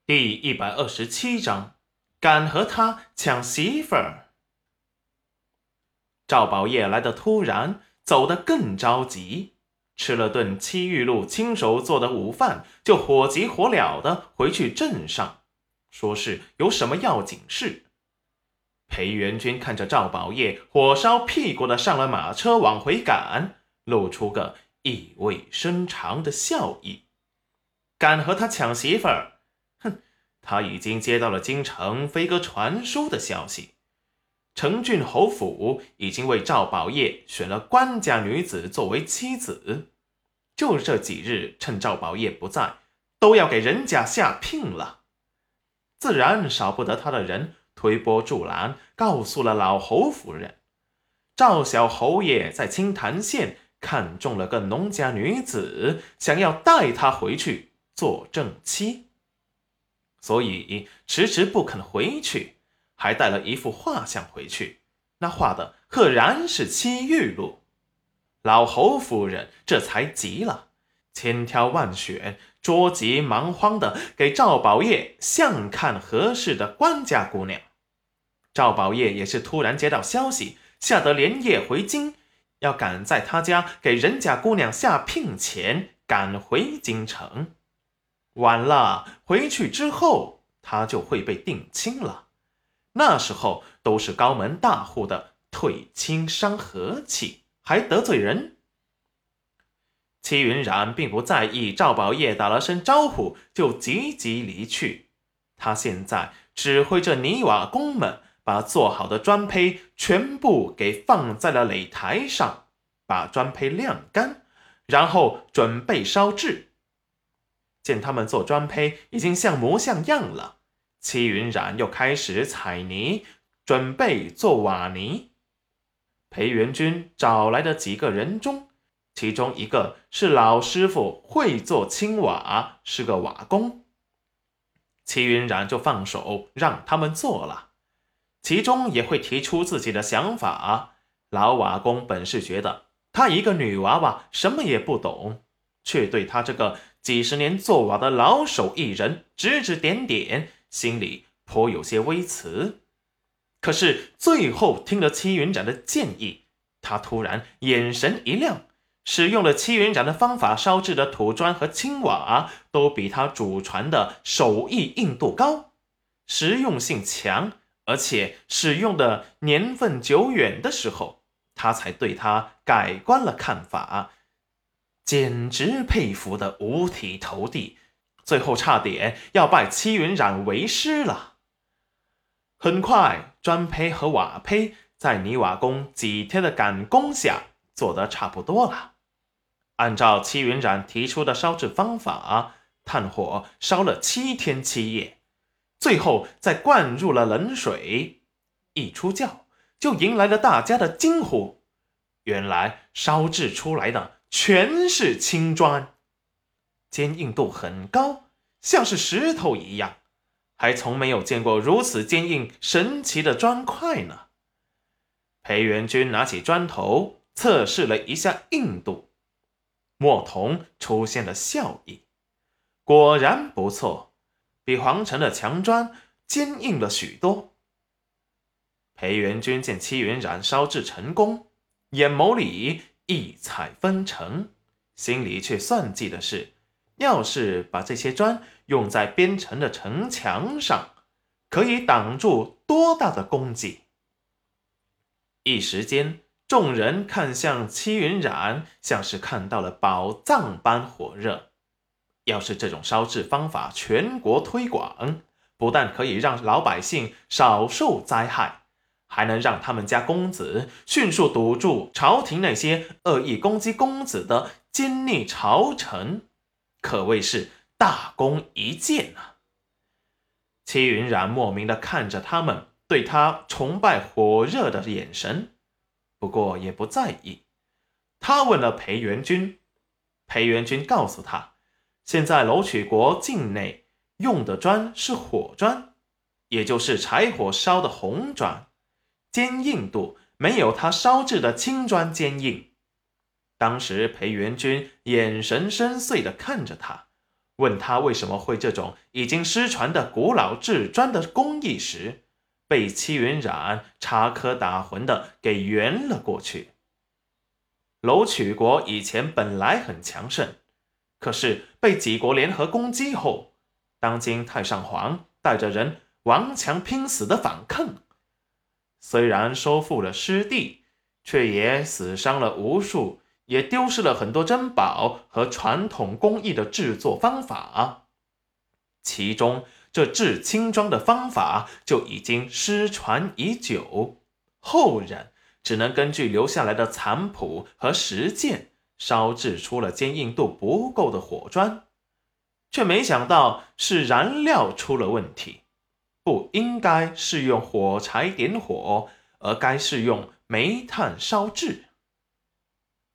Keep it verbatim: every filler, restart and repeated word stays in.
第一百二十七章，敢和他抢媳妇儿。赵宝业来得突然，走得更着急，吃了顿戚玉露亲手做的午饭，就火急火燎的回去镇上，说是有什么要紧事。裴元军看着赵宝业火烧屁股的上了马车往回赶，露出个意味深长的笑意。敢和他抢媳妇儿？哼，他已经接到了京城飞鸽传书的消息，成郡侯府已经为赵宝业选了官家女子作为妻子，就这几日趁赵宝业不在，都要给人家下聘了。自然少不得他的人推波助澜，告诉了老侯夫人，赵小侯爷在清潭县看中了个农家女子，想要带她回去做正妻，所以迟迟不肯回去，还带了一幅画像回去，那画的赫然是戚玉露。老侯夫人这才急了，千挑万选，捉急忙慌的给赵宝业相看合适的官家姑娘。赵宝业也是突然接到消息，吓得连夜回京，要赶在他家给人家姑娘下聘前赶回京城。晚了，回去之后他就会被定亲了，那时候都是高门大户的退亲伤和气，还得罪人。戚云染并不在意赵宝业打了声招呼就急急离去，他现在指挥着泥瓦工们把做好的砖坯全部给放在了擂台上，把砖坯晾干，然后准备烧制。见他们做砖坯已经像模像样了，戚云染又开始踩泥，准备做瓦泥。裴元军找来的几个人中，其中一个是老师傅，会做青瓦，是个瓦工。戚云染就放手让他们做了，其中也会提出自己的想法。老瓦工本是觉得他一个女娃娃什么也不懂，却对他这个几十年做瓦的老手艺人指指点点，心里颇有些微词。可是最后听了戚云染的建议，他突然眼神一亮，使用了戚云染的方法烧制的土砖和青瓦都比他祖传的手艺硬度高，实用性强，而且使用的年份久远的时候，他才对他改观了看法，简直佩服得五体投地，最后差点要拜戚云染为师了。很快，砖坯和瓦坯在泥瓦工几天的赶工下做得差不多了。按照戚云染提出的烧制方法，炭火烧了七天七夜，最后再灌入了冷水，一出窖就迎来了大家的惊呼。原来烧制出来的全是青砖，坚硬度很高，像是石头一样，还从没有见过如此坚硬神奇的砖块呢。裴元军拿起砖头测试了一下硬度，墨桐出现了笑意，果然不错，比皇城的墙砖坚硬了许多。裴元军见戚云染烧制成功，眼眸里异彩纷呈，心里却算计的是，要是把这些砖用在边城的城墙上，可以挡住多大的功绩。一时间，众人看向戚云染，像是看到了宝藏般火热。要是这种烧制方法全国推广，不但可以让老百姓少受灾害，还能让他们家公子迅速堵住朝廷那些恶意攻击公子的奸逆朝臣，可谓是大功一件啊！戚云染莫名地看着他们对他崇拜火热的眼神，不过也不在意。他问了裴元军，裴元军告诉他，现在楼曲国境内用的砖是火砖，也就是柴火烧的红砖，坚硬度没有他烧制的青砖坚硬。当时裴元军眼神深邃地看着他， 问他为什么会这种已经失传的古老制砖的工艺时，被戚云染插科打诨的给圆了过去。楼曲国以前本来很强盛，可是被几国联合攻击后，当今太上皇带着人顽强拼死的反抗，虽然收复了失地，却也死伤了无数，也丢失了很多珍宝和传统工艺的制作方法。其中这制青装的方法就已经失传已久，后人只能根据留下来的残谱和实践，烧制出了坚硬度不够的火砖，却没想到是燃料出了问题，不应该是用火柴点火，而该是用煤炭烧制。